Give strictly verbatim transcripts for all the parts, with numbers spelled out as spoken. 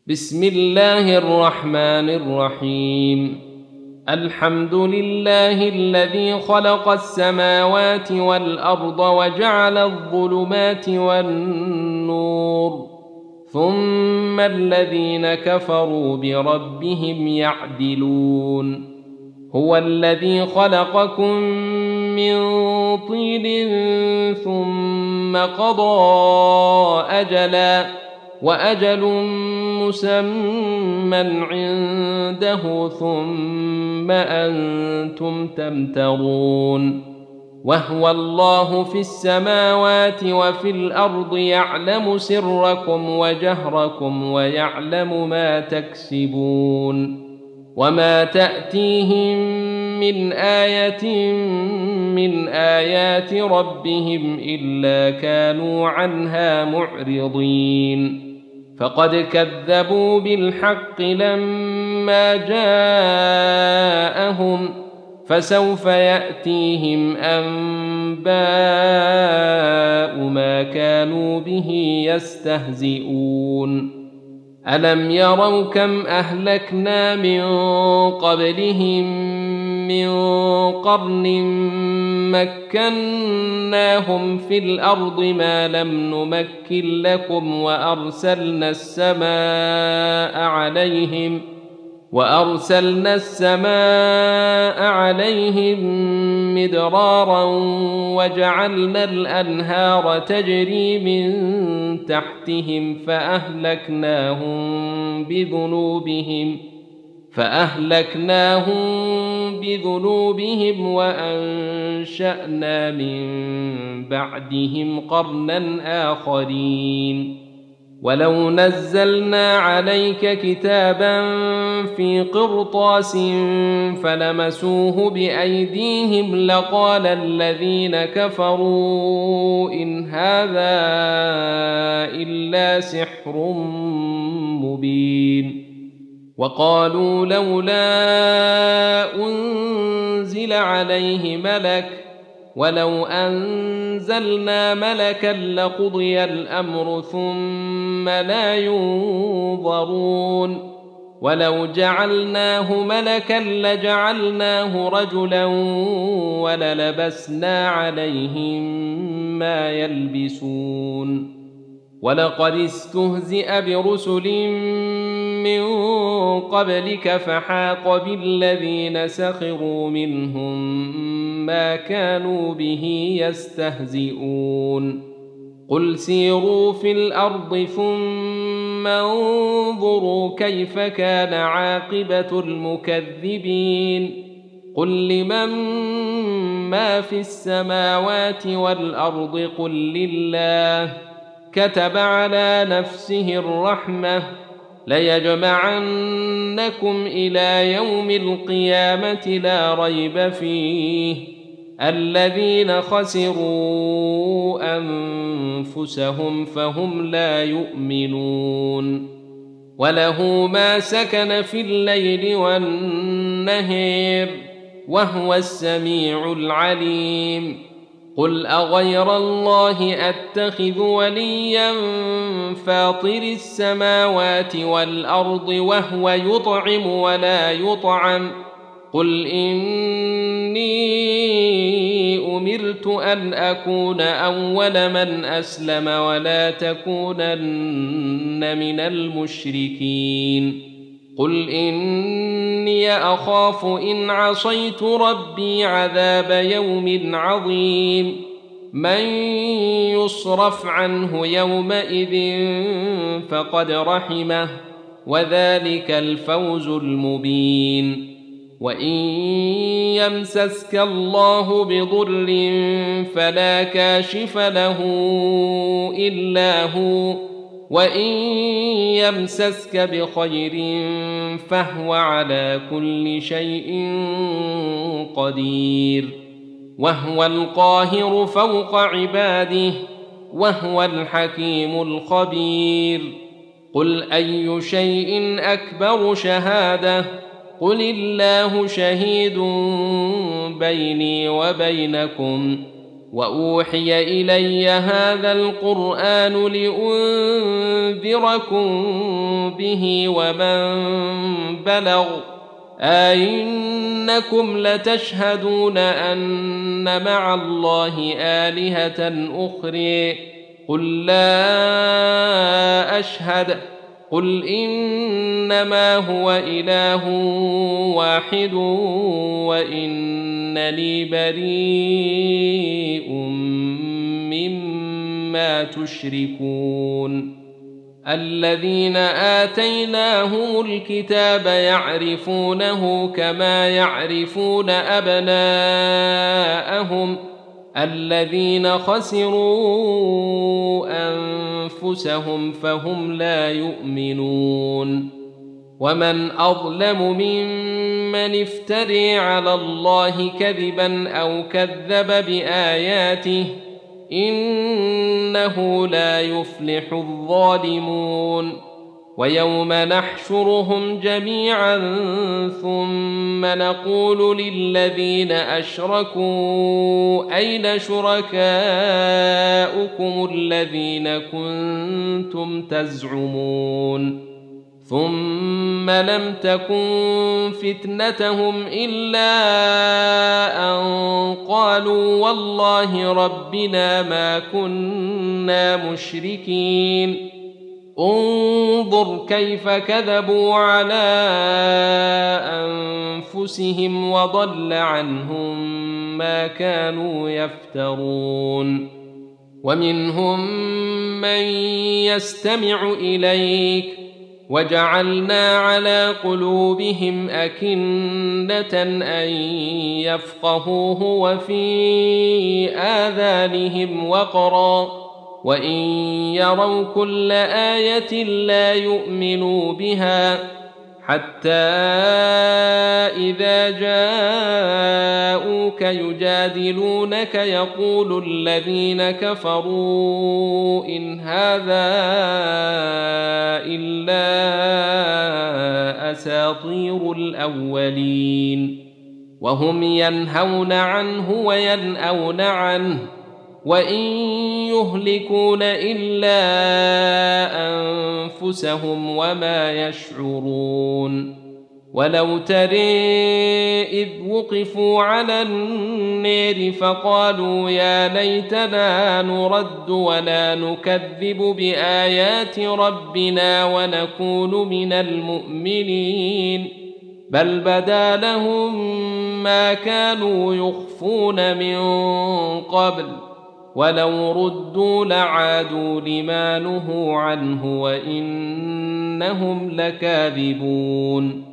بسم الله الرحمن الرحيم. الحمد لله الذي خلق السماوات والأرض وجعل الظلمات والنور، ثم الذين كفروا بربهم يعدلون. هو الذي خلقكم من طين ثم قضى أجلا وأجل مسمى عنده ثم أنتم تمترون. وهو الله في السماوات وفي الأرض يعلم سركم وجهركم ويعلم ما تكسبون. وما تأتيهم من آية من آيات ربهم إلا كانوا عنها معرضين. فقد كذبوا بالحق لما جاءهم، فسوف يأتيهم أنباء ما كانوا به يستهزئون. ألم يروا كم أهلكنا من قبلهم من قرن مكناهم في الأرض ما لم نمكن لكم وأرسلنا السماء عليهم وأرسلنا السماء عليهم مدرارا وجعلنا الأنهار تجري من تحتهم فأهلكناهم بذنوبهم فأهلكناهم بذنوبهم وأنشأنا من بعدهم قرنا آخرين. ولو نزلنا عليك كتابا في قرطاس فلمسوه بأيديهم لقال الذين كفروا إن هذا إلا سحر مبين. وقالوا لولا أنزل عليه ملك ولو أنزلنا ملكا لقضي الأمر ثم لا ينظرون. ولو جعلناه ملكا لجعلناه رجلا وللبسنا عليهم ما يلبسون. ولقد استهزئ برسل من قبلك فحاق بالذين سخروا منهم ما كانوا به يستهزئون. قل سيروا في الأرض ثم انظروا كيف كان عاقبة المكذبين. قل لمن ما في السماوات والأرض قل لله. كتب على نفسه الرحمة ليجمعنكم إلى يوم القيامة لا ريب فيه الذين خسروا أنفسهم فهم لا يؤمنون. وله ما سكن في الليل والنهار وهو السميع العليم. قل أغير الله أتخذ وليا فاطر السماوات والأرض وهو يطعم ولا يطعم. قل إني أمرت أن أكون أول من أسلم ولا تكونن من المشركين. قل إني أخاف إن عصيت ربي عذاب يوم عظيم. من يصرف عنه يومئذ فقد رحمه وذلك الفوز المبين. وإن يمسسك الله بضر فلا كاشف له إلا هو وإن يمسسك بخير فهو على كل شيء قدير. وهو القاهر فوق عباده وهو الحكيم الخبير. قل أي شيء أكبر شهادة قل الله شهيد بيني وبينكم وأوحي إلي هذا القرآن لأنذركم به ومن بلغ أئنكم لتشهدون أن مع الله آلهة أخرى قل لا أشهد قل إنما هو إله واحد وإنني بريء مما تشركون الذين آتيناهم الكتاب يعرفونه كما يعرفون أبناءهم الذين خسروا أنفسهم فهم لا يؤمنون ومن أظلم ممن افتري على الله كذبا أو كذب بآياته إنه لا يفلح الظالمون ويوم نحشرهم جميعا ثم نقول للذين أشركوا أين شركاؤكم الذين كنتم تزعمون ثم لم تكن فتنتهم إلا أن قالوا والله ربنا ما كنا مشركين انظر كيف كذبوا على أنفسهم وضل عنهم ما كانوا يفترون ومنهم من يستمع إليك وجعلنا على قلوبهم أكنة أن يفقهوه وفي آذانهم وقرا وإن يروا كل آية لا يؤمنوا بها حتى إذا جاءوك يجادلونك يقول الذين كفروا إن هذا إلا أساطير الأولين وهم ينهون عنه وينأون عنه وإن يهلكون إلا أنفسهم وما يشعرون ولو ترى إذ وقفوا على النار فقالوا يا ليتنا نرد ولا نكذب بآيات ربنا ونكون من المؤمنين بل بدا لهم ما كانوا يخفون من قبل ولو ردوا لعادوا لما نهوا عنه وإنهم لكاذبون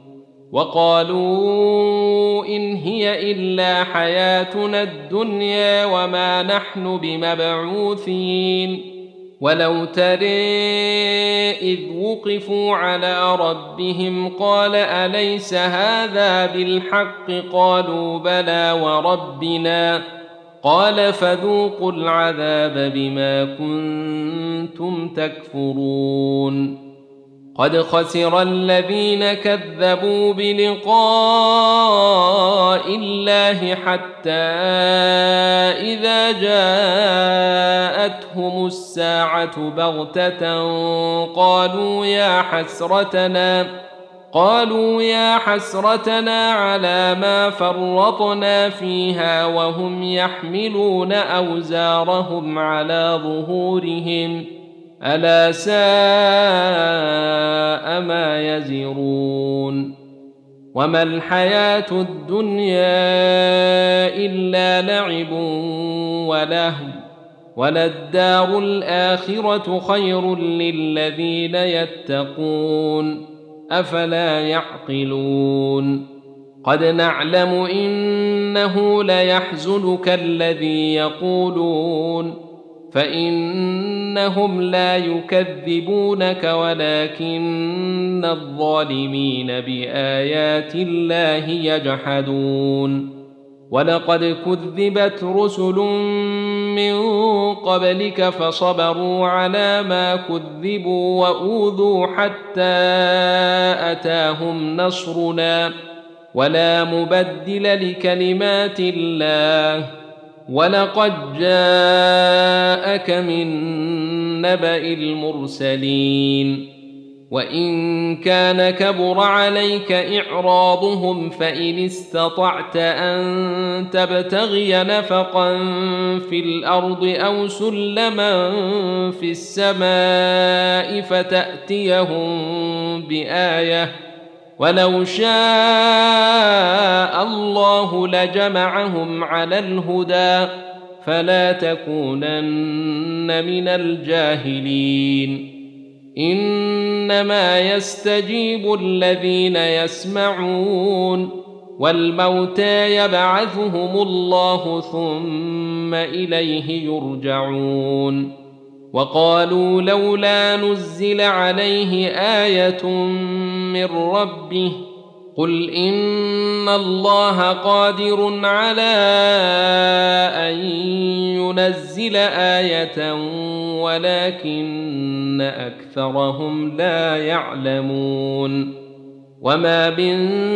وقالوا إن هي إلا حياتنا الدنيا وما نحن بمبعوثين ولو ترى إذ وقفوا على ربهم قال أليس هذا بالحق قالوا بلى وربنا قال فذوقوا العذاب بما كنتم تكفرون قد خسر الذين كذبوا بلقاء الله حتى إذا جاءتهم الساعة بغتة قالوا يا حسرتنا قالوا يا حسرتنا على ما فرطنا فيها وهم يحملون أوزارهم على ظهورهم ألا ساء ما يزرون وما الحياة الدنيا إلا لعب ولهو وللدار الآخرة خير للذين يتقون أفلا يعقلون قد نعلم إنه ليحزنك الذي يقولون فإنهم لا يكذبونك ولكن الظالمين بآيات الله يجحدون ولقد كذبت رسل من قبلك فصبروا على ما كذبوا وأوذوا حتى أتاهم نصرنا ولا مبدل لكلمات الله ولقد جاءك من نبأ المرسلين وإن كان كبر عليك إعراضهم فإن استطعت أن تبتغي نفقا في الأرض أو سلما في السماء فتأتيهم بآية ولو شاء الله لجمعهم على الهدى فلا تكونن من الجاهلين إنما يستجيب الذين يسمعون والموتى يبعثهم الله ثم إليه يرجعون وقالوا لولا نزل عليه آية من ربه قل إن الله قادر على أن ينزل آية ولكن أكثرهم لا يعلمون وما من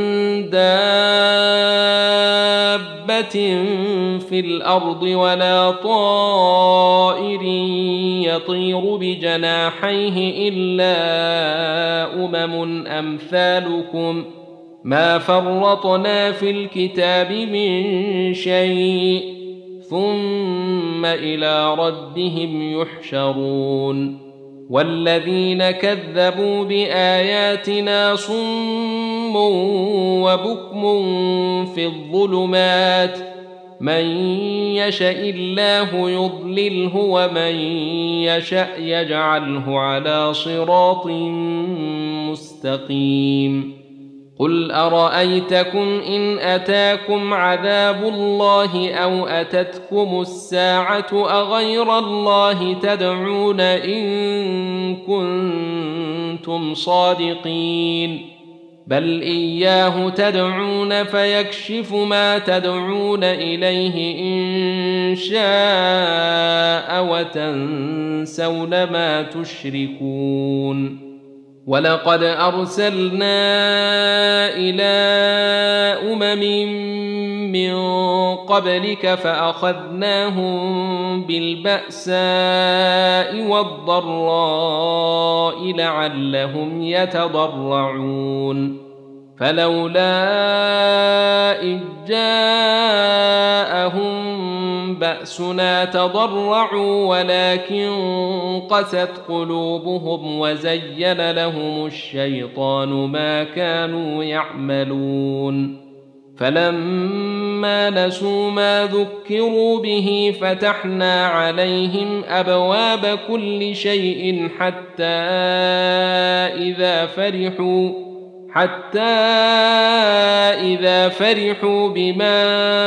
دابة في الأرض ولا طائر يطير بجناحيه إلا أمم أمثالكم ما فرطنا في الكتاب من شيء ثم إلى ربهم يحشرون والذين كذبوا بآياتنا صم وبكم في الظلمات من يشاء الله يضلله ومن يشاء يجعله على صراط مستقيم قل أرأيتكم إن أتاكم عذاب الله أو أتتكم الساعة أغير الله تدعون إن كنتم صادقين بل إياه تدعون فيكشف ما تدعون إليه إن شاء وتنسون ما تشركون ولقد أرسلنا إلى أمم من قبلك فأخذناهم بالبأساء والضراء لعلهم يتضرعون فلولا إذ جاءهم بأسنا تضرعوا ولكن قست قلوبهم وزين لهم الشيطان ما كانوا يعملون فلما نسوا ما ذكروا به فتحنا عليهم أبواب كل شيء حتى إذا فرحوا حتى إذا فرحوا بما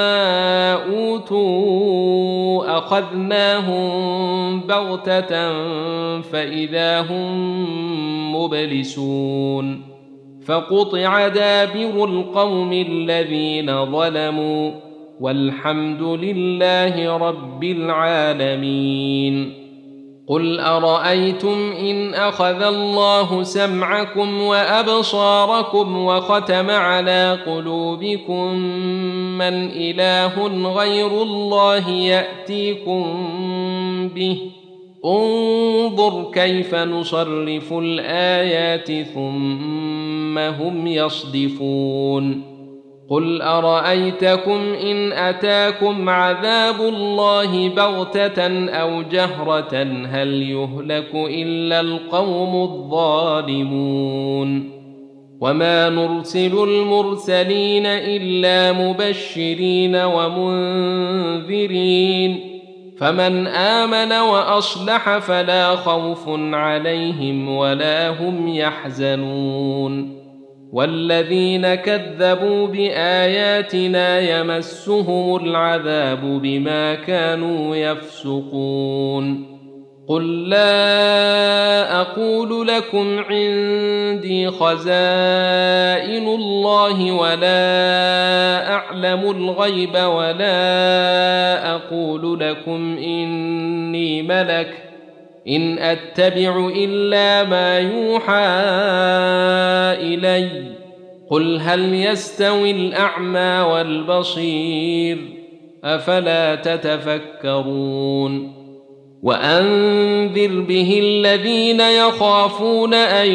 أوتوا أخذناهم بغتة فإذا هم مبلسون فقطع دابر القوم الذين ظلموا والحمد لله رب العالمين قل أرأيتم إن أخذ الله سمعكم وأبصاركم وختم على قلوبكم من إله غير الله يأتيكم به انظر كيف نصرف الآيات ثم هم يصدفون قل أرأيتكم إن أتاكم عذاب الله بغتة أو جهرة هل يهلك إلا القوم الظالمون وما نرسل المرسلين إلا مبشرين ومنذرين فمن آمن وأصلح فلا خوف عليهم ولا هم يحزنون والذين كذبوا بآياتنا يمسهم العذاب بما كانوا يفسقون قل لا أقول لكم عندي خزائن الله ولا أعلم الغيب ولا أقول لكم إني ملك إن أتبع إلا ما يوحى إلي قل هل يستوي الأعمى والبصير أفلا تتفكرون وأنذر به الذين يخافون أن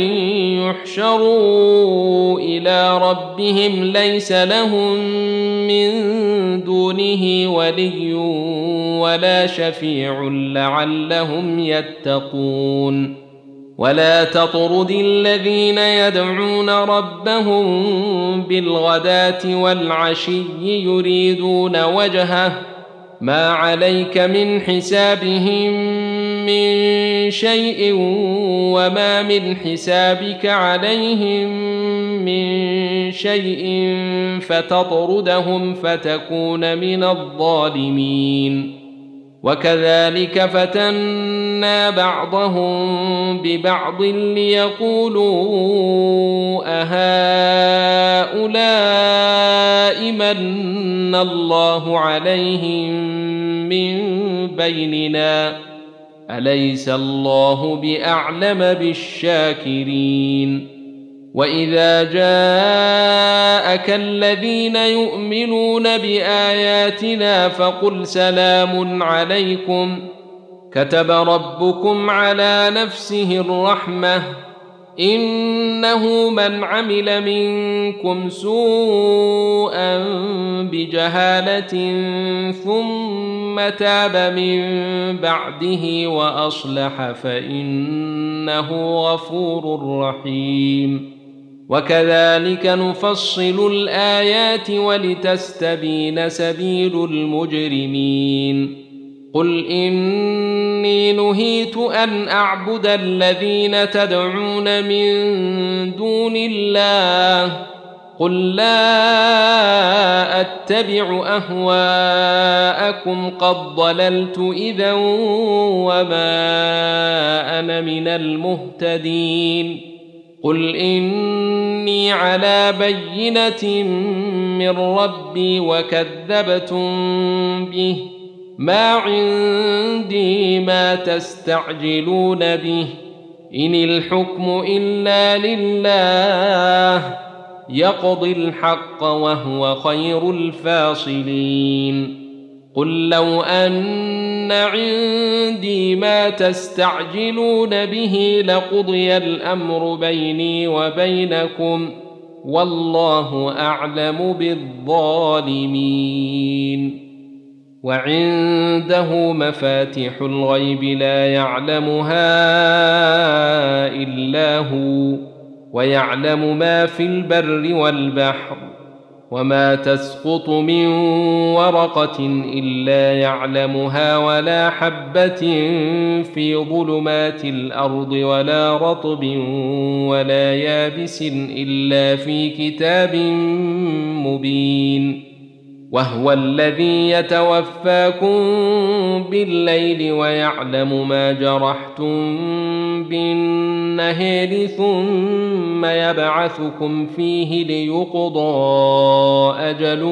يحشروا إلى ربهم ليس لهم من دونه ولي ولا شفيع لعلهم يتقون ولا تطرد الذين يدعون ربهم بالغداة والعشي يريدون وجهه ما عليك من حسابهم من شيء وما من حسابك عليهم من شيء فتطردهم فتكون من الظالمين وكذلك فتنا بعضهم ببعض ليقولوا أهؤلاء من الله عليهم من بيننا أليس الله بأعلم بالشاكرين وإذا جاءك الذين يؤمنون بآياتنا فقل سلام عليكم كتب ربكم على نفسه الرحمة إنه من عمل منكم سوءا بجهالة ثم تاب من بعده وأصلح فإنه غفور رحيم وكذلك نفصل الآيات ولتستبين سبيل المجرمين قل إني نهيت أن أعبد الذين تدعون من دون الله قل لا أتبع أهواءكم قد ضللت إذا وما أنا من المهتدين قل إني على بينة من ربي وكذبتم به ما عندي ما تستعجلون به إن الحكم إلا لله يقضي الحق وهو خير الفاصلين قل لو أن عندي ما تستعجلون به لقضي الأمر بيني وبينكم والله أعلم بالظالمين وعنده مفاتح الغيب لا يعلمها إلا هو ويعلم ما في البر والبحر وما تسقط من ورقة إلا يعلمها ولا حبة في ظلمات الأرض ولا رطب ولا يابس إلا في كتاب مبين وهو الذي يتوفاكم بالليل ويعلم ما جرحتم بالنهار ثم يبعثكم فيه ليقضى أجل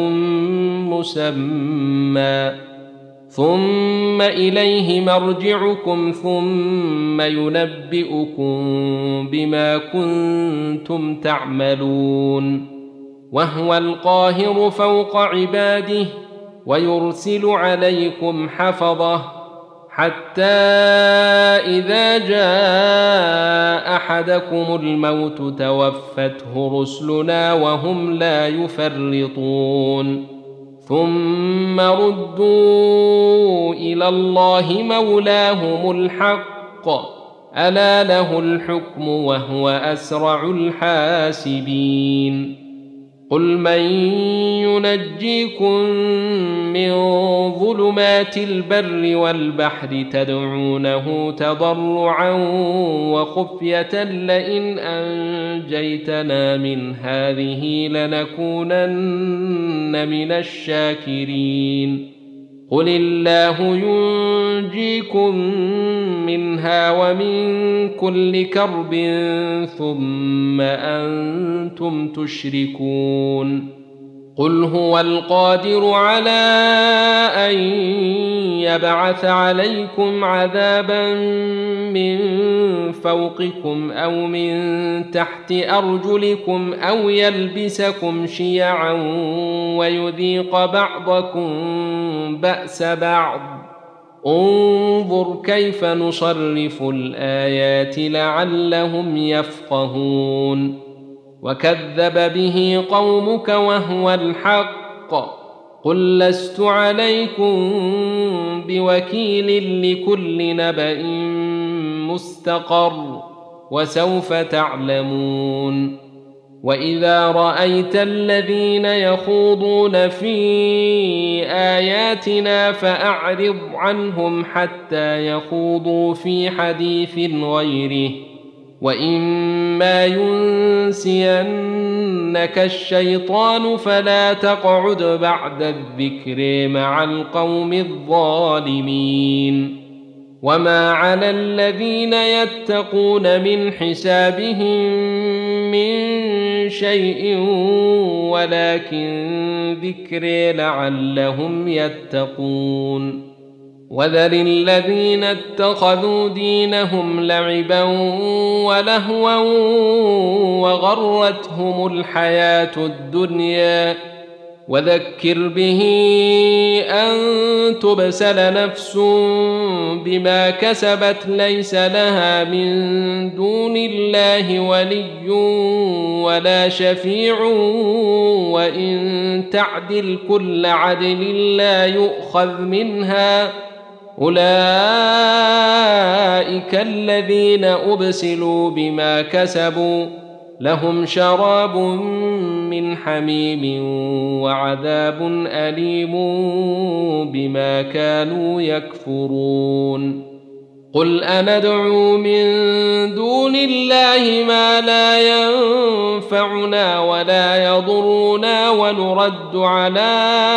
مسمى ثم إليه مرجعكم ثم ينبئكم بما كنتم تعملون وهو القاهر فوق عباده ويرسل عليكم حفظه حتى إذا جاء أحدكم الموت توفته رسلنا وهم لا يفرطون ثم ردوا إلى الله مولاهم الحق ألا له الحكم وهو أسرع الحاسبين قل من ينجيكم من ظلمات البر والبحر تدعونه تضرعا وخفية لئن أنجيتنا من هذه لنكونن من الشاكرين قل الله ينجيكم منها ومن كل كرب ثم أنتم تشركون قل هو القادر على أن يبعث عليكم عذابا من فوقكم أو من تحت أرجلكم أو يلبسكم شيعا ويذيق بعضكم بأس بعض انظر كيف نصرف الآيات لعلهم يفقهون وكذب به قومك وهو الحق قل لست عليكم بوكيل لكل نبأ مستقر وسوف تعلمون وإذا رأيت الذين يخوضون في آياتنا فأعرض عنهم حتى يخوضوا في حديث غيره وإما ينسينك الشيطان فلا تقعد بعد الذكر مع القوم الظالمين وما على الذين يتقون من حسابهم من شيء ولكن ذكر لعلهم يتقون وذر الذين اتخذوا دينهم لعبا ولهوا وغرتهم الحياة الدنيا وذكر به أن تبسل نفس بما كسبت ليس لها من دون الله ولي ولا شفيع وإن تعدل كل عدل لا يؤخذ منها أولئك الذين أبسلوا بما كسبوا لهم شراب من حميم وعذاب أليم بما كانوا يكفرون قل أندعو من دون الله ما لا ينفعنا ولا يضرنا ونرد على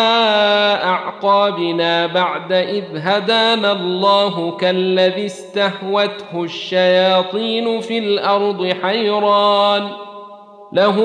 أعقابنا بعد إذ هدانا الله كالذي استهوته الشياطين في الأرض حيران له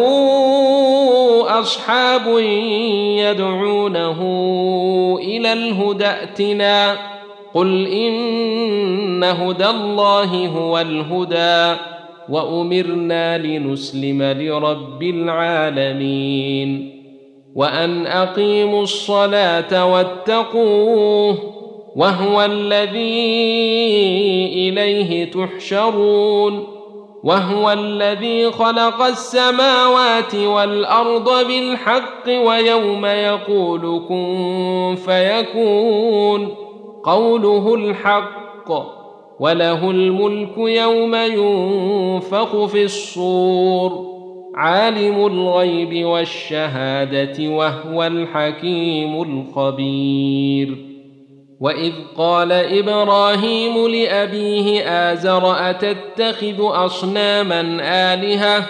أصحاب يدعونه إلى الهدى ائتنا قل إن هدى الله هو الهدى وأمرنا لنسلم لرب العالمين وأن أقيموا الصلاة واتقوه وهو الذي إليه تحشرون وهو الذي خلق السماوات والأرض بالحق ويوم يقول كن فيكون قوله الحق وله الملك يوم ينفخ في الصور عالم الغيب والشهادة وهو الحكيم الخبير وإذ قال إبراهيم لأبيه آزر أتتخذ أصناما آلهة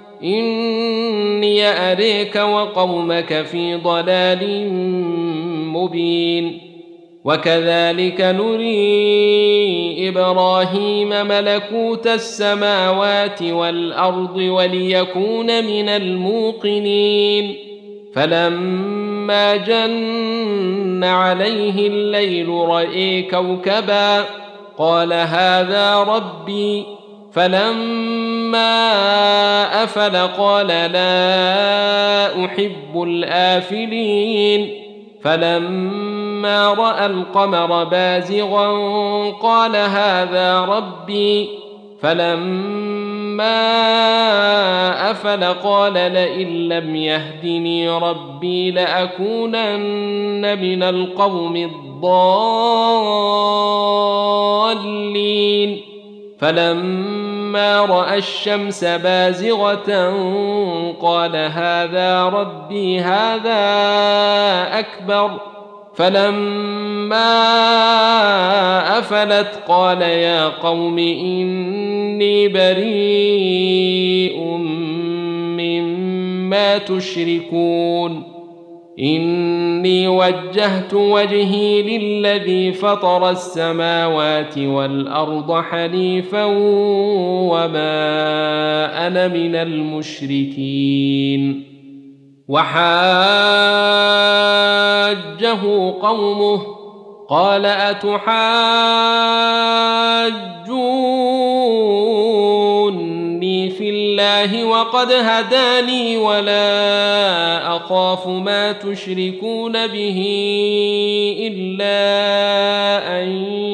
إني أريك وقومك في ضلال مبين وكذلك نري إبراهيم ملكوت السماوات والأرض وليكون من الموقنين فلما جن عليه الليل رأى كوكبا قال هذا ربي فلما أفل قال لا أحب الآفلين فلما رأى القمر بازغا قال هذا ربي فلما أفل قال لئن لم يهدني ربي لأكونن من القوم الضالين فلما رأى الشمس بازغة قال هذا ربي هذا أكبر فلما أفلت قال يا قوم إني بريء مما تشركون إني وجهت وجهي للذي فطر السماوات والأرض حنيفا وما أنا من المشركين وحاجه قومه قال أتحاجوني في الله وقد هداني ولا أخاف ما تشركون به إلا أن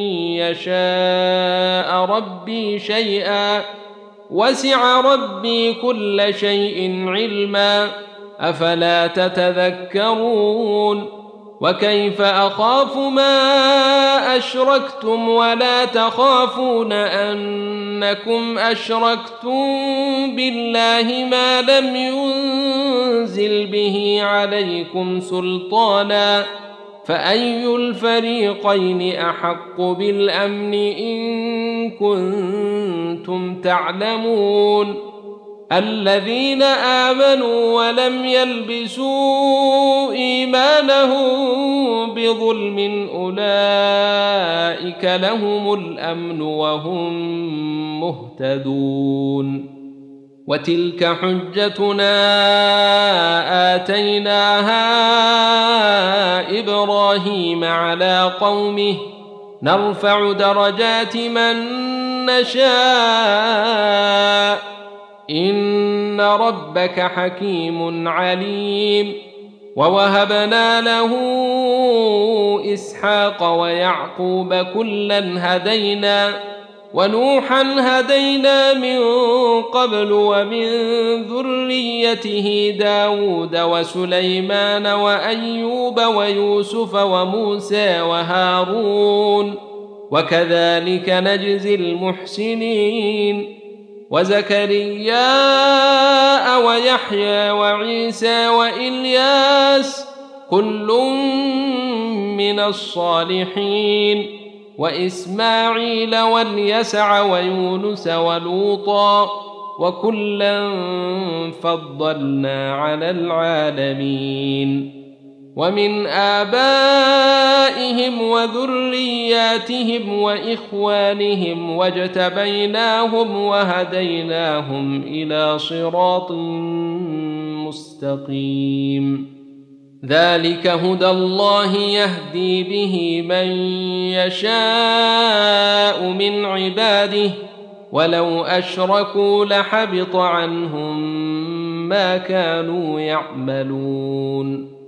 يشاء ربي شيئا وسع ربي كل شيء علما أفلا تتذكرون وكيف أخاف ما أشركتم ولا تخافون أنكم أشركتم بالله ما لم ينزل به عليكم سلطانا فأي الفريقين أحق بالأمن إن كنتم تعلمون الذين آمنوا ولم يلبسوا إيمانهم بظلم أولئك لهم الأمن وهم مهتدون وتلك حجتنا آتيناها إبراهيم على قومه نرفع درجات من نشاء إن ربك حكيم عليم ووهبنا له إسحاق ويعقوب كلا هدينا ونوحا هدينا من قبل ومن ذريته داود وسليمان وأيوب ويوسف وموسى وهارون وكذلك نجزي المحسنين وزكريا ويحيى وعيسى وإلياس كل من الصالحين وإسماعيل واليسع ويونس ولوطا وكلا فضلنا على العالمين ومن آبائهم وذرياتهم وإخوانهم واجتبيناهم وهديناهم إلى صراط مستقيم ذلك هدى الله يهدي به من يشاء من عباده ولو أشركوا لحبط عنهم ما كانوا يعملون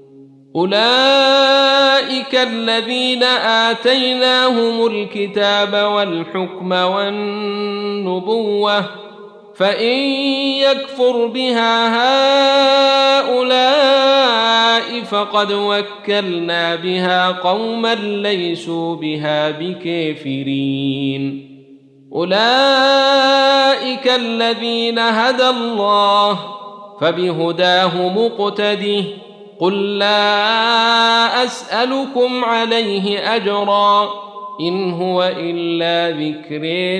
أولئك الذين آتيناهم الكتاب والحكم والنبوة فإن يكفر بها هؤلاء فقد وكلنا بها قوما ليسوا بها بكافرين أولئك الذين هدى الله فبهداه مقتده قل لا أسألكم عليه أجرا إن هو إلا ذكر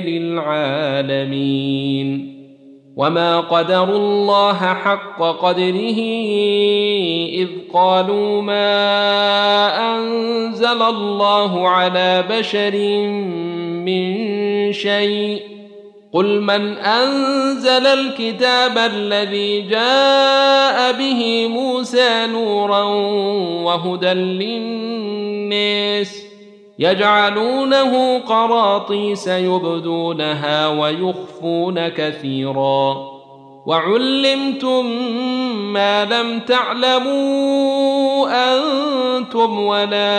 للعالمين وما قدروا الله حق قدره إذ قالوا ما أنزل الله على بشر من شيء قل من أنزل الكتاب الذي جاء به موسى نورا وهدى للناس يجعلونه قراطيس يبدونها ويخفون كثيرا وعلمتم ما لم تعلموا أنتم ولا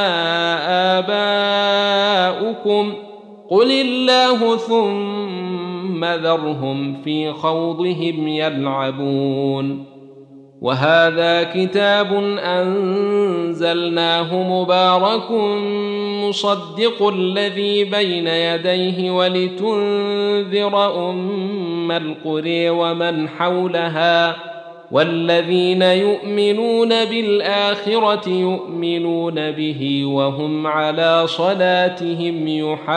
آباؤكم قل الله ثم ذرهم في خوضهم يلعبون وهذا كتاب أنزلناه مبارك مصدق الذي بين يديه ولتنذر أم القرى ومن حولها والذين يؤمنون بالآخرة يؤمنون به وهم على صلاتهم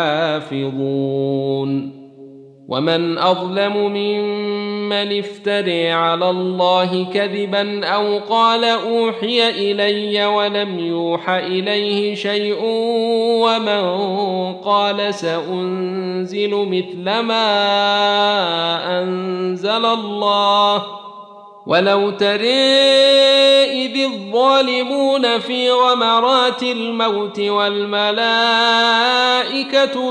يحافظون ومن أظلم ممن افترى على الله كذبا أو قال أوحي إلي ولم يوح إليه شيء ومن قال سأنزل مثل ما أنزل الله ولو ترى إذ الظالمون في غمرات الموت والملائكة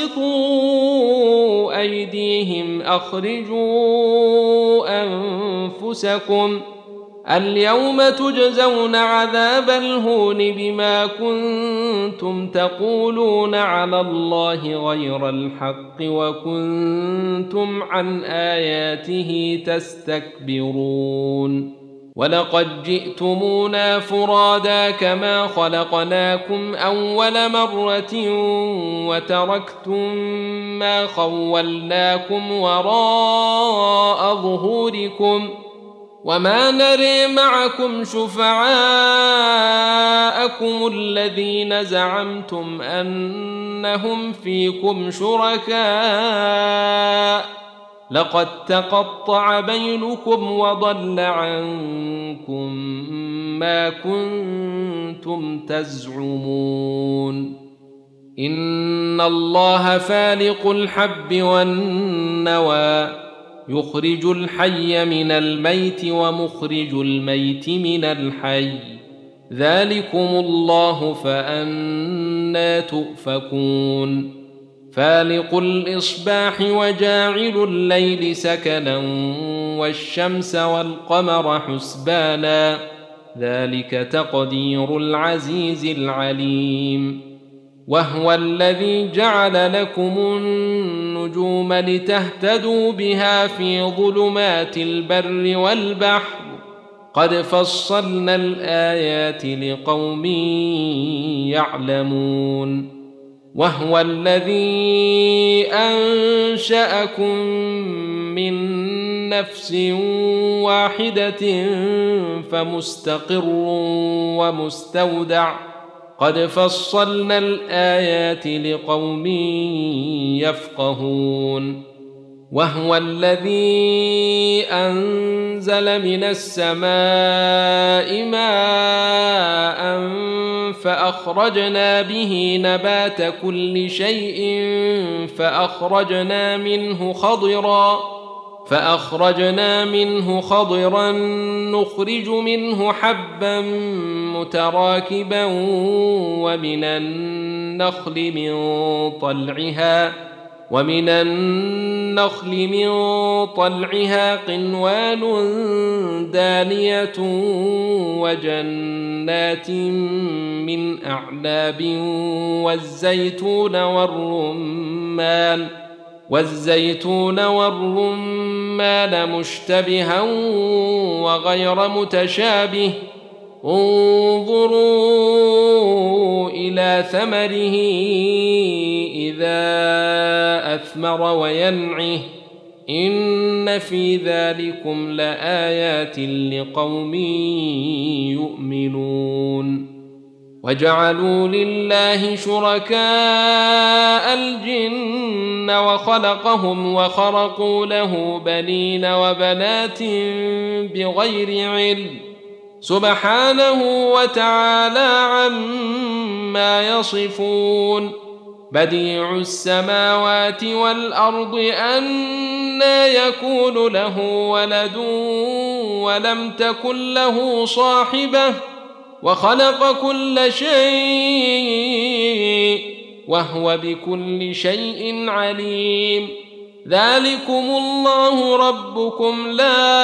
باسطوا أيديهم أخرجوا أنفسكم اليوم تجزون عذاب الهون بما كنتم تقولون على الله غير الحق وكنتم عن آياته تستكبرون ولقد جئتمونا فرادا كما خلقناكم أول مرة وتركتم ما خولناكم وراء ظهوركم وما نري معكم شفعاءكم الذين زعمتم أنهم فيكم شركاء لقد تقطع بينكم وضل عنكم ما كنتم تزعمون إن الله فالق الحب والنوى يخرج الحي من الميت ومخرج الميت من الحي ذلكم الله فأنى تؤفكون فالق الإصباح وجاعل الليل سكنا والشمس والقمر حسبانا ذلك تقدير العزيز العليم وهو الذي جعل لكم النجوم لتهتدوا بها في ظلمات البر والبحر قد فصلنا الآيات لقوم يعلمون وهو الذي أنشأكم من نفس واحدة فمستقر ومستودع قد فصلنا الآيات لقوم يفقهون وهو الذي أنزل من السماء ماء فأخرجنا به نبات كل شيء فأخرجنا منه خضرا فأخرجنا منه خضرا نخرج منه حبا متراكبا ومن النخل من طلعها ومن النخل من طلعها قنوان دانية وجنات من أعناب والزيتون والرمان والزيتون والرمان مشتبها وغير متشابه انظروا إلى ثمره إذا أثمر وينعه إن في ذلكم لآيات لقوم يؤمنون وجعلوا لله شركاء الجن وخلقهم وخرقوا له بنين وبنات بغير علم سبحانه وتعالى عما يصفون بديع السماوات والأرض أنى يكون له ولد ولم تكن له صاحبة وخلق كل شيء وهو بكل شيء عليم ذلكم الله ربكم لا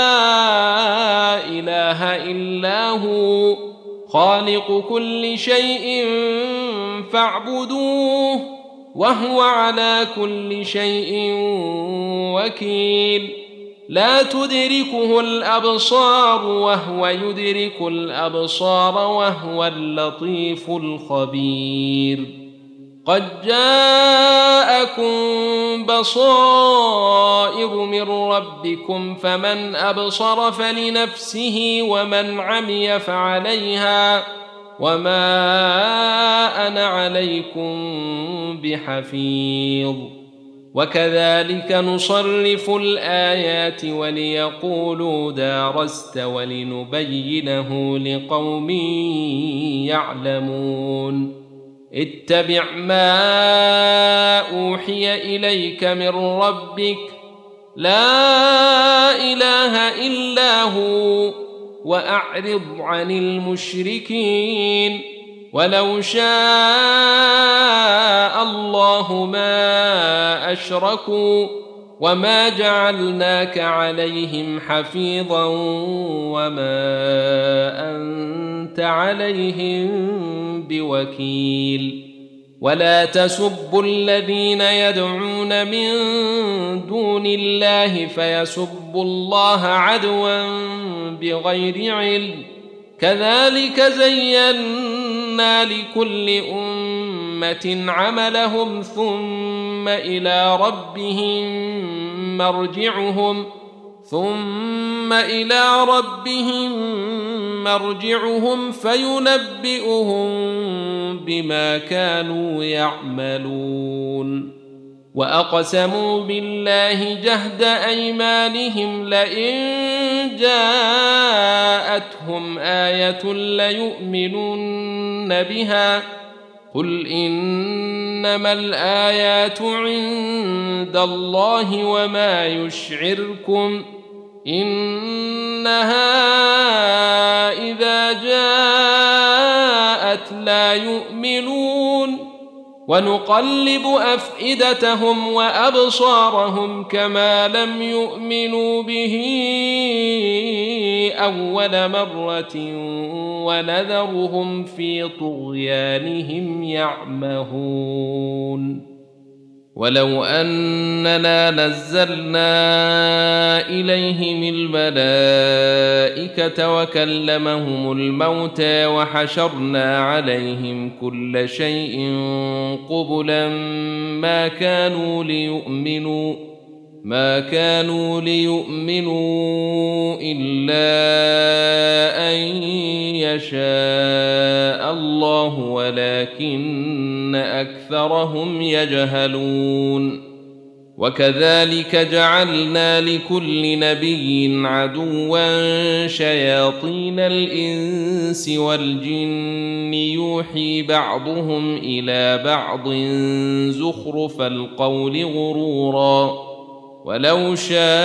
إله إلا هو خالق كل شيء فاعبدوه وهو على كل شيء وكيل لا تدركه الأبصار وهو يدرك الأبصار وهو اللطيف الخبير قد جاءكم بصائر من ربكم فمن أبصر فلنفسه ومن عمي فعليها وما أنا عليكم بحفيظ وكذلك نصرف الآيات وليقولوا دارست ولنبينه لقوم يعلمون اتبع ما أوحي إليك من ربك لا إله إلا هو وأعرض عن المشركين ولو شاء الله ما أشركوا وما جعلناك عليهم حفيظا وما أنت عليهم بوكيل ولا تسبوا الذين يدعون من دون الله فيسبوا الله عدوا بغير علم كذلك زينا لكل أمة عملهم ثم إلى ربهم مرجعهم ثم إلى ربهم مرجعهم فينبئهم بما كانوا يعملون وأقسموا بالله جهد أيمانهم لئن جاءتهم آية ليؤمنن بها قل إنما الآيات عند الله وما يشعركم إنها إذا جاءت لا يؤمنون ونقلب أفئدتهم وأبصارهم كما لم يؤمنوا به أول مرة ونذرهم في طغيانهم يعمهون ولو أننا نزلنا إليهم الملائكة وكلمهم الموتى وحشرنا عليهم كل شيء قبلا ما كانوا ليؤمنوا ما كانوا ليؤمنوا إلا أن يشاء الله ولكن أكثرهم يجهلون وكذلك جعلنا لكل نبي عدوا شياطين الإنس والجن يوحي بعضهم إلى بعض زخرف القول غرورا ولو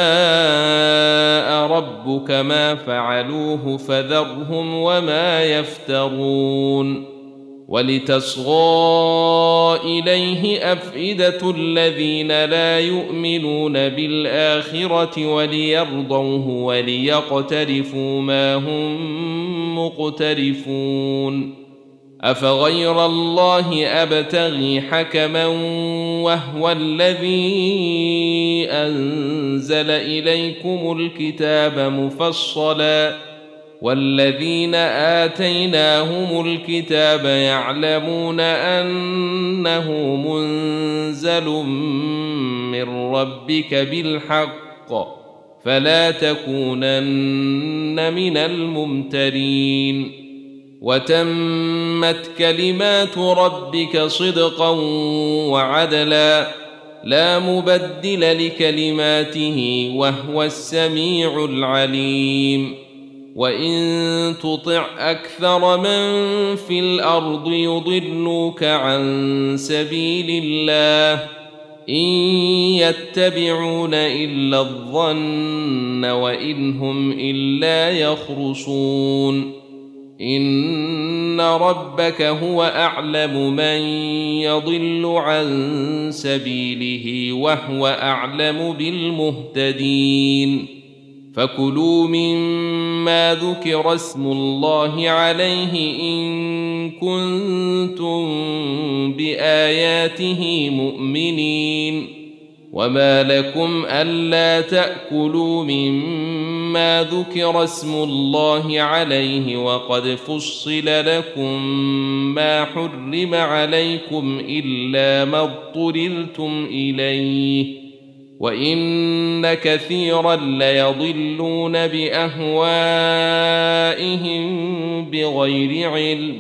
شاء ربك ما فعلوه فذرهم وما يفترون ولتصغى إليه أفئدة الذين لا يؤمنون بالآخرة وليرضوه وليقترفوا ما هم مقترفون أفغير الله أبتغي حكما وهو الذي أنزل إليكم الكتاب مفصلا والذين آتيناهم الكتاب يعلمون أنه منزل من ربك بالحق فلا تكونن من الممترين وتمت كلمات ربك صدقا وعدلا لا مبدل لكلماته وهو السميع العليم وإن تطع أكثر من في الأرض يضلوك عن سبيل الله إن يتبعون إلا الظن وإن هم إلا يخرصون إن ربك هو أعلم من يضل عن سبيله وهو أعلم بالمهتدين فكلوا مما ذكر اسم الله عليه إن كنتم بآياته مؤمنين وما لكم ألا تأكلوا مما ذكر اسم الله عليه وقد فصل لكم ما حرم عليكم إلا ما اضطررتم إليه وإن كثيرا ليضلون بأهوائهم بغير علم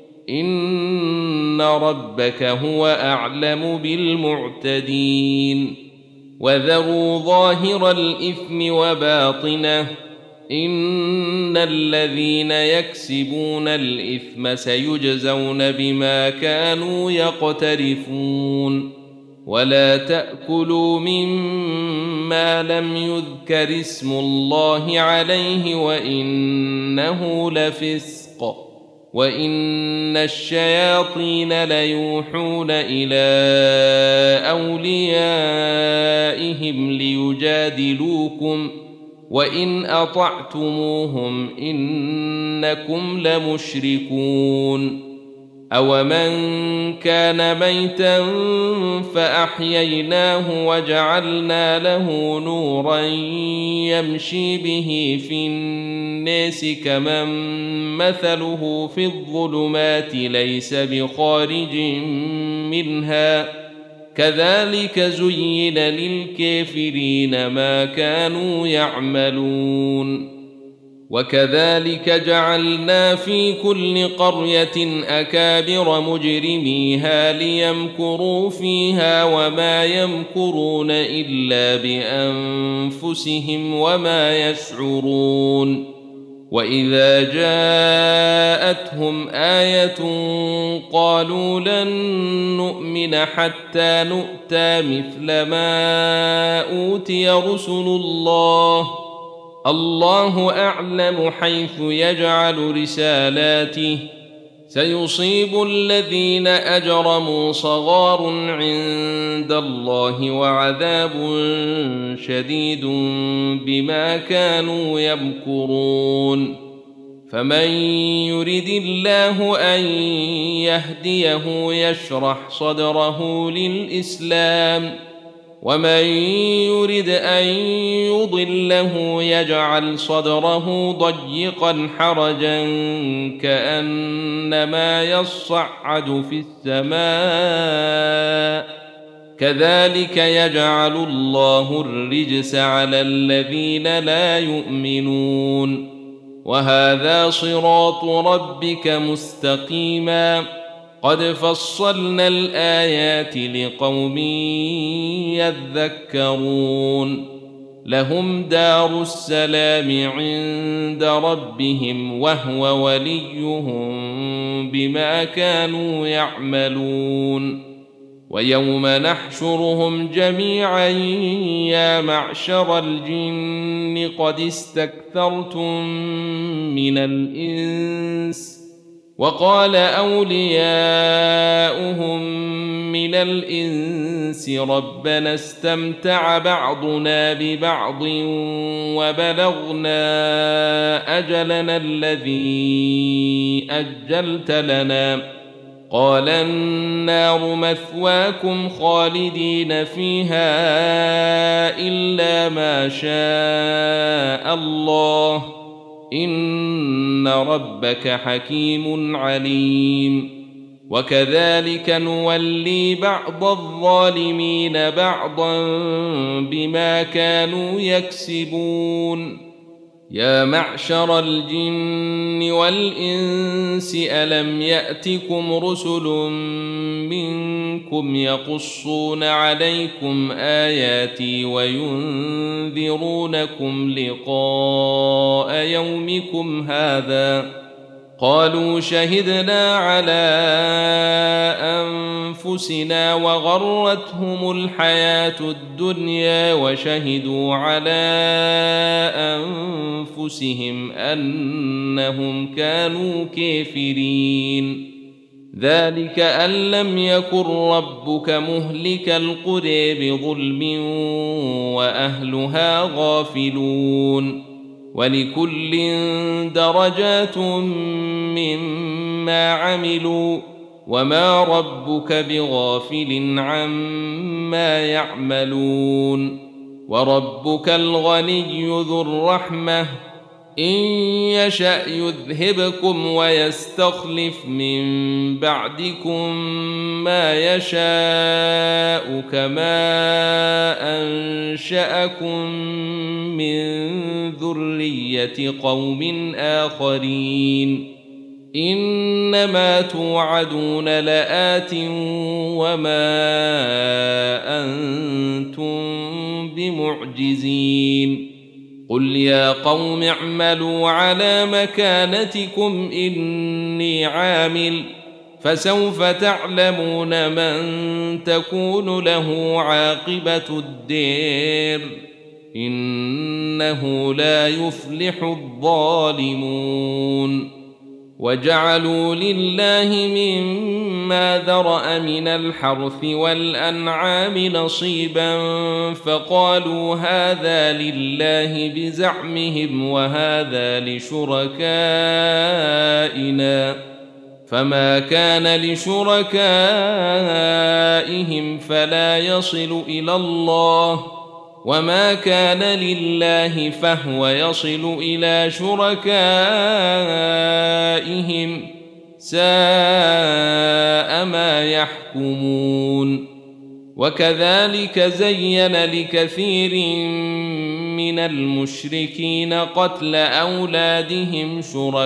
إن ربك هو أعلم بالمعتدين وذروا ظاهر الإثم وباطنه إن الذين يكسبون الإثم سيجزون بما كانوا يقترفون ولا تأكلوا مما لم يذكر اسم الله عليه وإنه لفسق وإن الشياطين ليوحون إلى أوليائهم ليجادلوكم وإن أطعتموهم إنكم لمشركون. أومن كان ميتا فأحييناه وجعلنا له نورا يمشي به في الناس كمن مثله في الظلمات ليس بخارج منها كذلك زين للكافرين ما كانوا يعملون. وكذلك جعلنا في كل قرية أكابر مجرميها ليمكروا فيها وما يمكرون إلا بأنفسهم وما يشعرون. وإذا جاءتهم آية قالوا لن نؤمن حتى نؤتى مثل ما أوتي رسل الله الله أعلم حيث يجعل رسالاته سيصيب الذين أجرموا صغار عند الله وعذاب شديد بما كانوا يمكرون. فمن يرد الله أن يهديه يشرح صدره للإسلام ومن يرد أن يضله يجعل صدره ضيقا حرجا كأنما يصعد في السماء كذلك يجعل الله الرجس على الذين لا يؤمنون. وهذا صراط ربك مستقيما قد فصلنا الآيات لقوم يذكرون. لهم دار السلام عند ربهم وهو وليهم بما كانوا يعملون. ويوم نحشرهم جميعا يا معشر الجن قد استكثرتم من الإنس وقال أولياؤهم من الإنس ربنا استمتع بعضنا ببعض وبلغنا أجلنا الذي أجلت لنا قال النار مثواكم خالدين فيها إلا ما شاء الله إن ربك حكيم عليم. وكذلك نولي بعض الظالمين بعضا بما كانوا يكسبون. يا معشر الجن والإنس ألم يأتكم رسل منكم يقصون عليكم آياتي وينذرونكم لقاء يومكم هذا قالوا شهدنا على أنفسنا وغرتهم الحياة الدنيا وشهدوا على أنفسهم أنهم كانوا كافرين. ذلك أن لم يكن ربك مهلك القرى بظلم وأهلها غافلون. ولكل درجات مما عملوا وما ربك بغافل عما يعملون. وربك الغني ذو الرحمة إن يشأ يذهبكم ويستخلف من بعدكم ما يشاء كما أنشأكم من ذرية قوم آخرين إنما توعدون لآت وما أنتم بمعجزين. قل يا قوم اعملوا على مكانتكم إني عامل فسوف تعلمون من تكون له عاقبة الدير إنه لا يفلح الظالمون. وجعلوا لله مما ذرأ من الحرث والأنعام نصيبا فقالوا هذا لله بزعمهم وهذا لشركائنا فما كان لشركائهم فلا يصل إلى الله وما كان لله فهو يصل إلى شركائهم ساء ما يحكمون. وكذلك زين لكثير من المشركين قتل أولادهم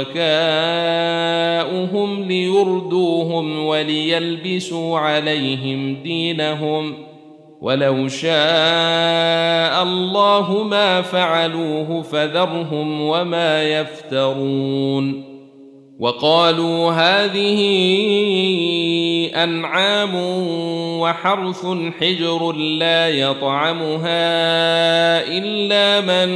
شركاؤهم ليردوهم وليلبسوا عليهم دينهم ولو شاء الله ما فعلوه فذرهم وما يفترون. وقالوا هذه أنعام وحرث حجر لا يطعمها إلا من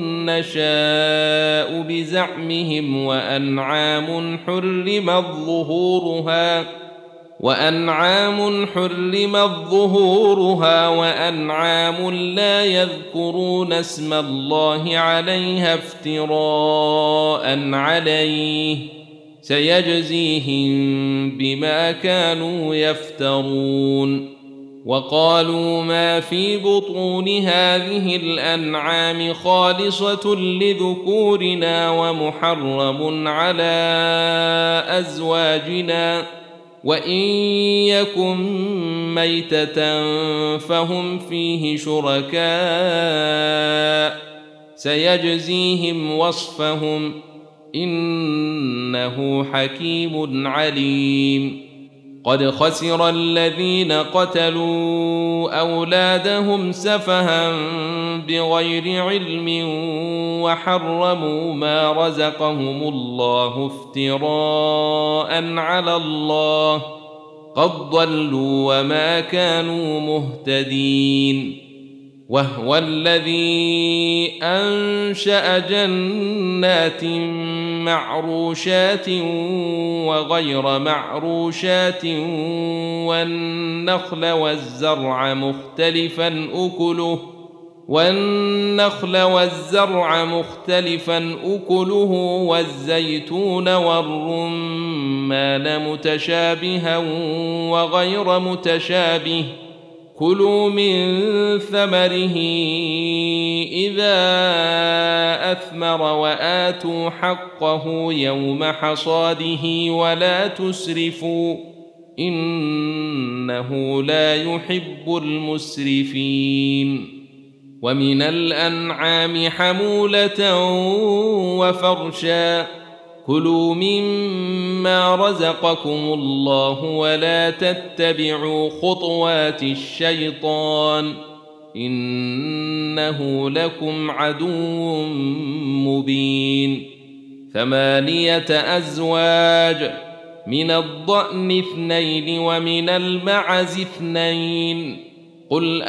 نشاء بزعمهم وأنعام حرمت ظهورها وأنعام حرمت ظهورها وأنعام لا يذكرون اسم الله عليها افتراء عليه سيجزيهم بما كانوا يفترون. وقالوا ما في بطون هذه الأنعام خالصة لذكورنا ومحرم على أزواجنا وإن يكن ميتة فهم فيه شركاء سيجزيهم وصفهم إنه حكيم عليم. قد خسر الذين قتلوا أولادهم سفها بغير علم وحرموا ما رزقهم الله افتراء على الله قد ضلوا وما كانوا مهتدين. وهو الذي أنشأ جنات معروشات وغير معروشات والنخل والزرع مختلفا أكله والنخل والزرع مختلفا أكله والزيتون والرمان متشابها وغير متشابه كلوا من ثمره إذا أثمر وآتوا حقه يوم حصاده ولا تسرفوا إنه لا يحب المسرفين. ومن الأنعام حمولة وفرشا كلوا مما رزقكم الله ولا تتبعوا خطوات الشيطان إنه لكم عدو مبين. ثمانية أزواج من الضأن اثنين ومن المعز اثنين قل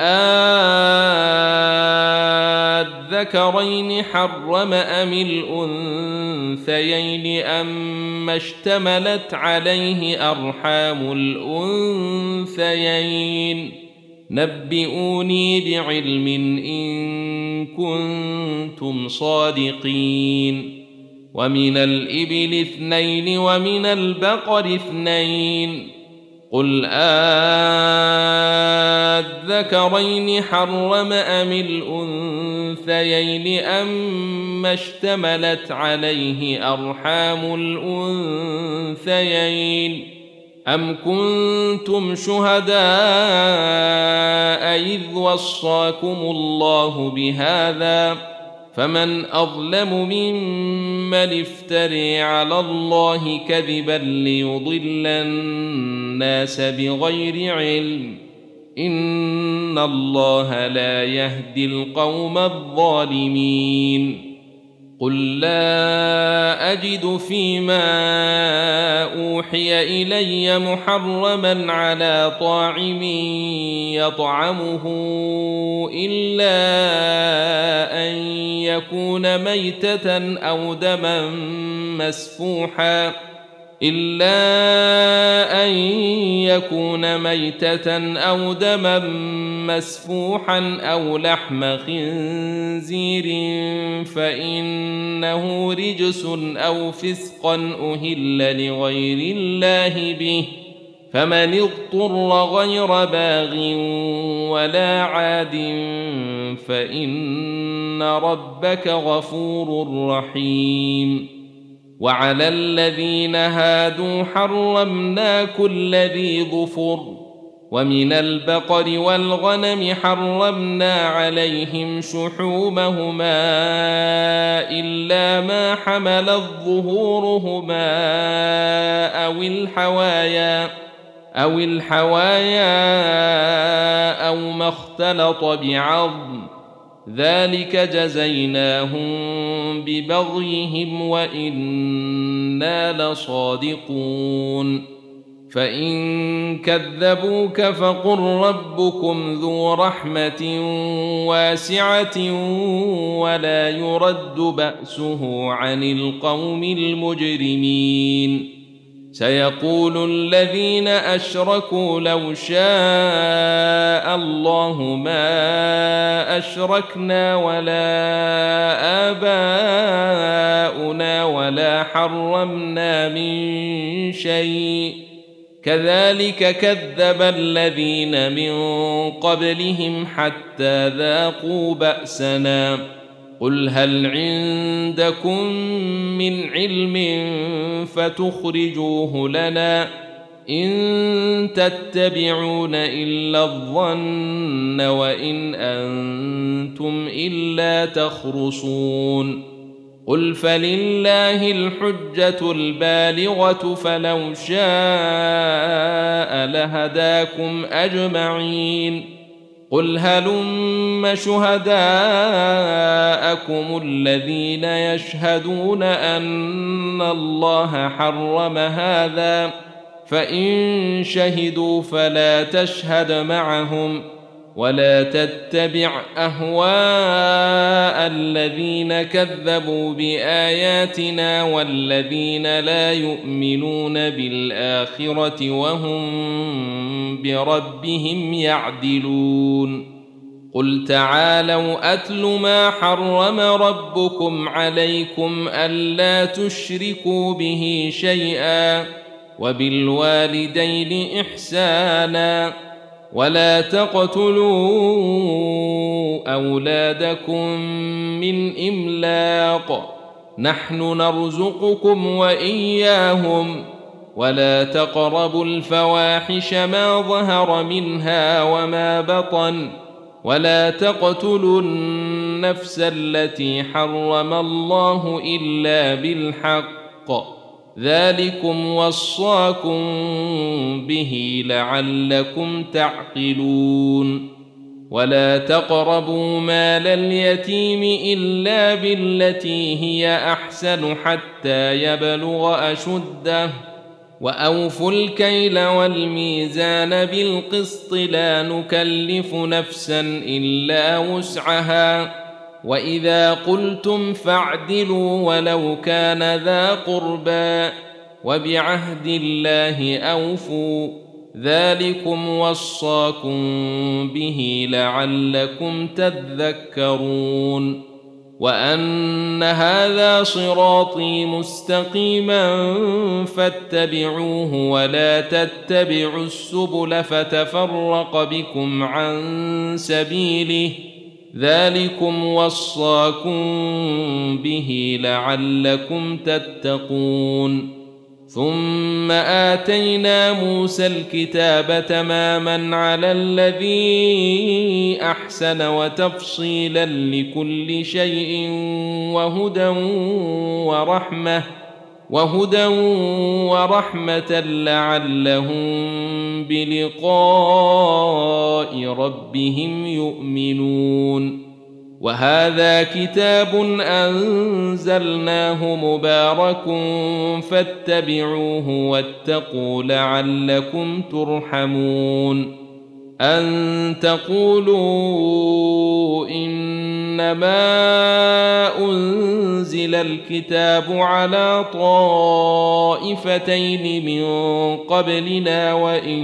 آذكرين حرم أم الأنثيين أم اشتملت عليه أرحام الأنثيين نبئوني بعلم إن كنتم صادقين. ومن الإبل اثنين ومن البقر اثنين قل آذكرين حرم أم الأنثيين أما اشتملت عليه أرحام الأنثيين أم كنتم شهداء إذ وصاكم الله بهذا فمن أظلم ممن افتري على الله كذبا ليضل الناس بغير علم إن الله لا يهدي القوم الظالمين. قل لا أجد فيما أوحي إلي محرما على طاعم يطعمه إلا أن يكون ميتة أو دما مسفوحا إلا أن يكون ميتة أو دما مسفوحا أو لحم خنزير فإنه رجس أو فسقا أهل لغير الله به فمن اضطر غير باغ ولا عاد فإن ربك غفور رحيم. وعلى الذين هادوا حرمنا كل ذي ظفر ومن البقر والغنم حرمنا عليهم شحومهما إلا ما حملت ظهورهما أو الحوايا أو الحوايا أو ما اختلط بعظم ذلك جزيناهم ببغيهم وإنا لصادقون. فإن كذبوك فقل ربكم ذو رحمة واسعة ولا يرد بأسه عن القوم المجرمين. سيقول الذين أشركوا لو شاء الله ما أشركنا ولا آباؤنا ولا حرمنا من شيء كذلك كذب الذين من قبلهم حتى ذاقوا بأسنا. قل هل عندكم من علم فتخرجوه لنا إن تتبعون إلا الظن وإن أنتم إلا تخرصون. قل فلله الحجة البالغة فلو شاء لهداكم أجمعين. قل هلم شهداءكم الذين يشهدون أن الله حرم هذا فإن شهدوا فلا تشهد معهم ولا تتبع أهواء الذين كذبوا بآياتنا والذين لا يؤمنون بالآخرة وهم بربهم يعدلون. قل تعالوا أتل ما حرم ربكم عليكم ألا تشركوا به شيئا وبالوالدين إحسانا ولا تقتلوا أولادكم من إملاق نحن نرزقكم وإياهم ولا تقربوا الفواحش ما ظهر منها وما بطن ولا تقتلوا النفس التي حرم الله إلا بالحق ذلكم وصاكم به لعلكم تعقلون. ولا تقربوا مال اليتيم إلا بالتي هي أحسن حتى يبلغ أشده وأوفوا الكيل والميزان بالقسط لا نكلف نفسا إلا وسعها وإذا قلتم فاعدلوا ولو كان ذا قربى وبعهد الله أوفوا ذلكم وصاكم به لعلكم تذكرون. وأن هذا صراطي مستقيما فاتبعوه ولا تتبعوا السبل فتفرق بكم عن سبيله ذلكم وصاكم به لعلكم تتقون. ثم آتينا موسى الكتاب تماما على الذي أحسن وتفصيلا لكل شيء وهدى ورحمة وهدى ورحمة لعلهم بلقاء ربهم يؤمنون. وهذا كتاب أنزلناه مبارك فاتبعوه واتقوا لعلكم ترحمون أن تقولوا إنما أنزل الكتاب على طائفتين من قبلنا وإن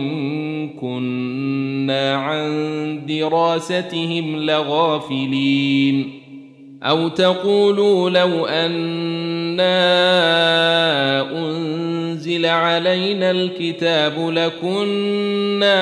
كنا عن دراستهم لغافلين أو تقولوا لو أنا أنزل علينا الكتاب لكنا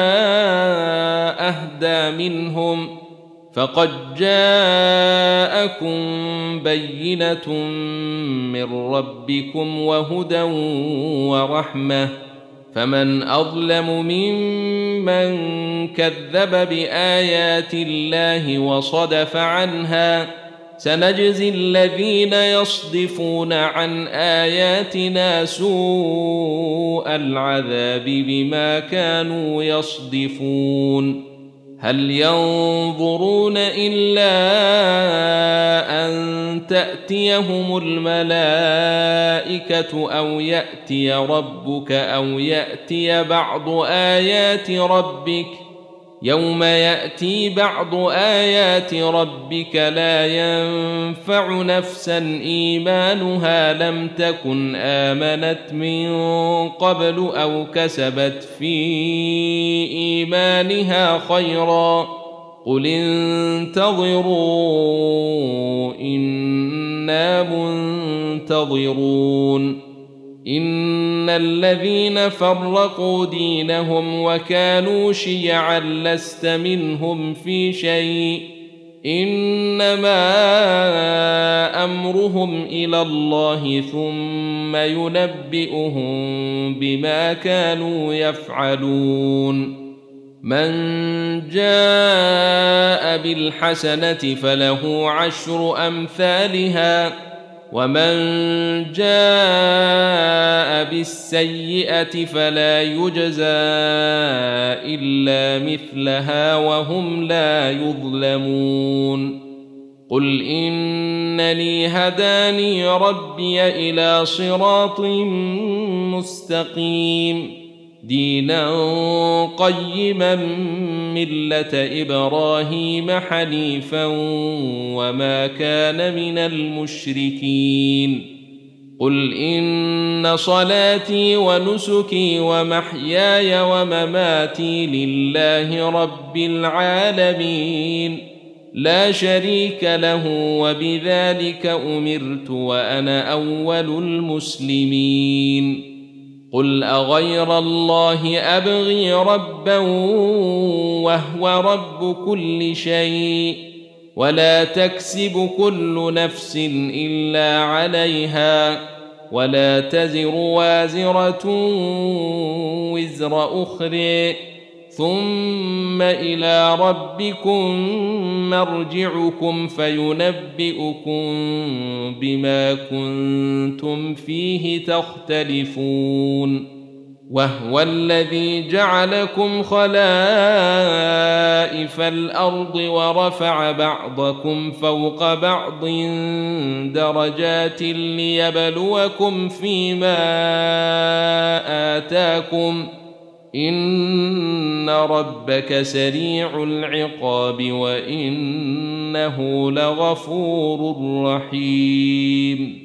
أهدى منهم فقد جاءكم بينة من ربكم وهدى ورحمة فمن أظلم ممن كذب بآيات الله وصدف عنها سنجزي الذين يصدفون عن آياتنا سوء العذاب بما كانوا يصدفون هل ينظرون إلا أن تأتيهم الملائكة أو يأتي ربك أو يأتي بعض آيات ربك يوم يأتي بعض آيات ربك لا ينفع نفسا إيمانها لم تكن آمنت من قبل أو كسبت في إيمانها خيرا قل انتظروا إنا منتظرون إن الذين فرقوا دينهم وكانوا شيعا لست منهم في شيء إنما أمرهم إلى الله ثم ينبئهم بما كانوا يفعلون من جاء بالحسنة فله عشر أمثالها ومن جاء بالسيئة فلا يجزى إلا مثلها وهم لا يظلمون قل إنني هداني ربي إلى صراط مستقيم دينا قيما ملة إبراهيم حنيفا وما كان من المشركين قل إن صلاتي ونسكي ومحياي ومماتي لله رب العالمين لا شريك له وبذلك أمرت وأنا أول المسلمين قل أغير الله أبغي ربا وهو رب كل شيء ولا تكسب كل نفس إلا عليها ولا تزر وازرة وزر أخرى ثم إلى ربكم مرجعكم فينبئكم بما كنتم فيه تختلفون وهو الذي جعلكم خلائف الأرض ورفع بعضكم فوق بعض درجات ليبلوكم فيما آتاكم إن ربك سريع العقاب وإنه لغفور رحيم